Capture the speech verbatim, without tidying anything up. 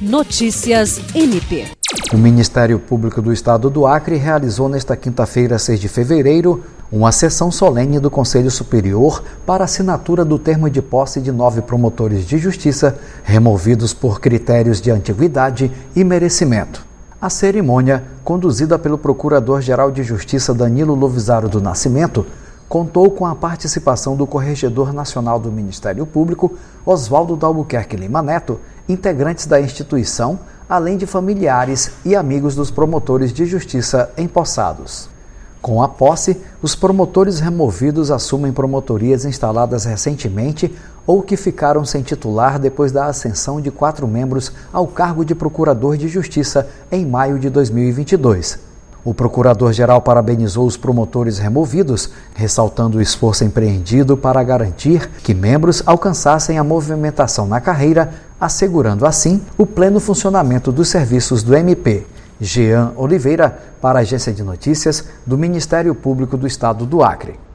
Notícias M P. O Ministério Público do Estado do Acre realizou nesta quinta-feira, seis de fevereiro, uma sessão solene do Conselho Superior para assinatura do termo de posse de nove promotores de justiça removidos por critérios de antiguidade e merecimento. A cerimônia, conduzida pelo Procurador-Geral de Justiça Danilo Lovisaro do Nascimento, contou com a participação do Corregedor Nacional do Ministério Público, Oswaldo Dalbuquerque Lima Neto, integrantes da instituição, além de familiares e amigos dos promotores de justiça empossados. Com a posse, os promotores removidos assumem promotorias instaladas recentemente ou que ficaram sem titular depois da ascensão de quatro membros ao cargo de Procurador de Justiça em maio de dois mil e vinte e dois. O Procurador-Geral parabenizou os promotores removidos, ressaltando o esforço empreendido para garantir que membros alcançassem a movimentação na carreira, assegurando assim o pleno funcionamento dos serviços do M P. Jean Oliveira, para a Agência de Notícias do Ministério Público do Estado do Acre.